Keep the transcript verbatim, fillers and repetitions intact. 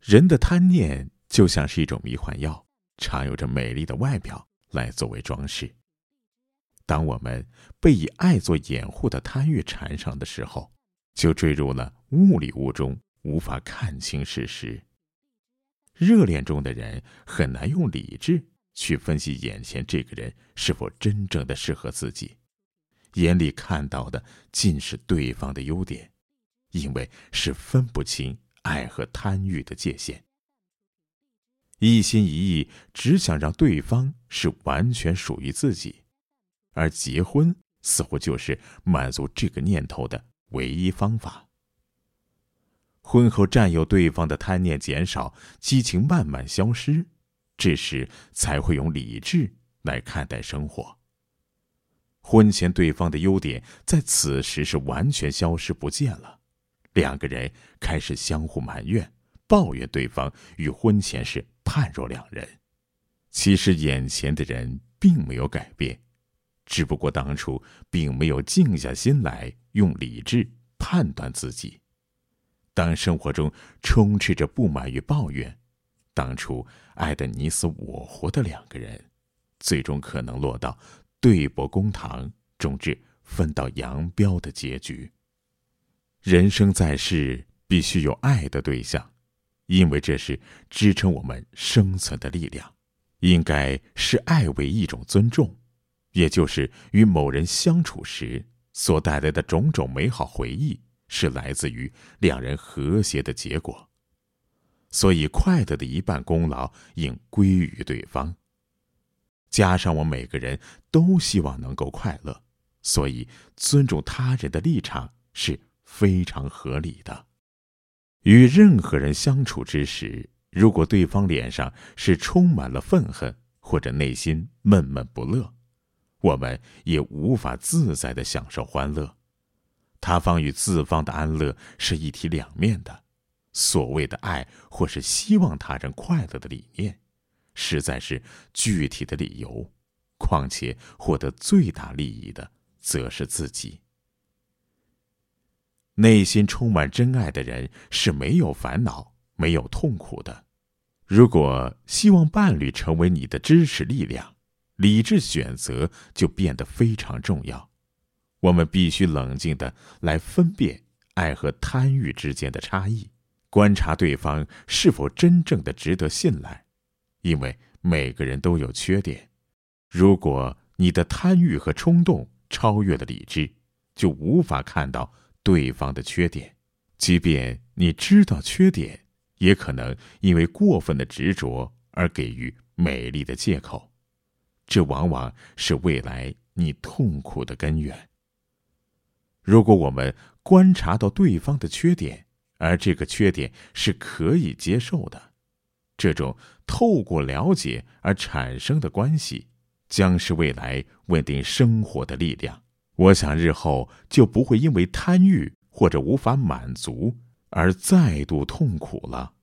人的贪念就像是一种迷幻药，常有着美丽的外表来作为装饰。当我们被以爱做掩护的贪欲缠上的时候，就坠入了雾里雾中，无法看清事实。热恋中的人很难用理智去分析眼前这个人是否真正的适合自己，眼里看到的尽是对方的优点，因为是分不清爱和贪欲的界限。一心一意只想让对方是完全属于自己，而结婚似乎就是满足这个念头的唯一方法。婚后占有对方的贪念减少，激情慢慢消失，这时才会用理智来看待生活。婚前对方的优点在此时是完全消失不见了，两个人开始相互埋怨，抱怨对方与婚前是判若两人。其实眼前的人并没有改变，只不过当初并没有静下心来用理智判断自己。当生活中充斥着不满与抱怨，当初爱得你死我活的两个人，最终可能落到对簿公堂，终至分道扬镳的结局。人生在世，必须有爱的对象，因为这是支撑我们生存的力量。应该视爱为一种尊重，也就是与某人相处时所带来的种种美好回忆，是来自于两人和谐的结果。所以快乐的一半功劳应归于对方。加上我们每个人都希望能够快乐，所以尊重他人的立场是非常合理的。与任何人相处之时，如果对方脸上是充满了愤恨，或者内心闷闷不乐，我们也无法自在地享受欢乐。他方与自方的安乐是一体两面的。所谓的爱或是希望他人快乐的理念，实在是具体的理由，况且获得最大利益的则是自己。内心充满真爱的人是没有烦恼、没有痛苦的。如果希望伴侣成为你的支持力量，理智选择就变得非常重要。我们必须冷静地来分辨爱和贪欲之间的差异，观察对方是否真正的值得信赖。因为每个人都有缺点，如果你的贪欲和冲动超越了理智，就无法看到对方的缺点。即便你知道缺点，也可能因为过分的执着而给予美丽的借口，这往往是未来你痛苦的根源。如果我们观察到对方的缺点，而这个缺点是可以接受的，这种透过了解而产生的关系，将是未来稳定生活的力量。我想日后就不会因为贪欲或者无法满足而再度痛苦了。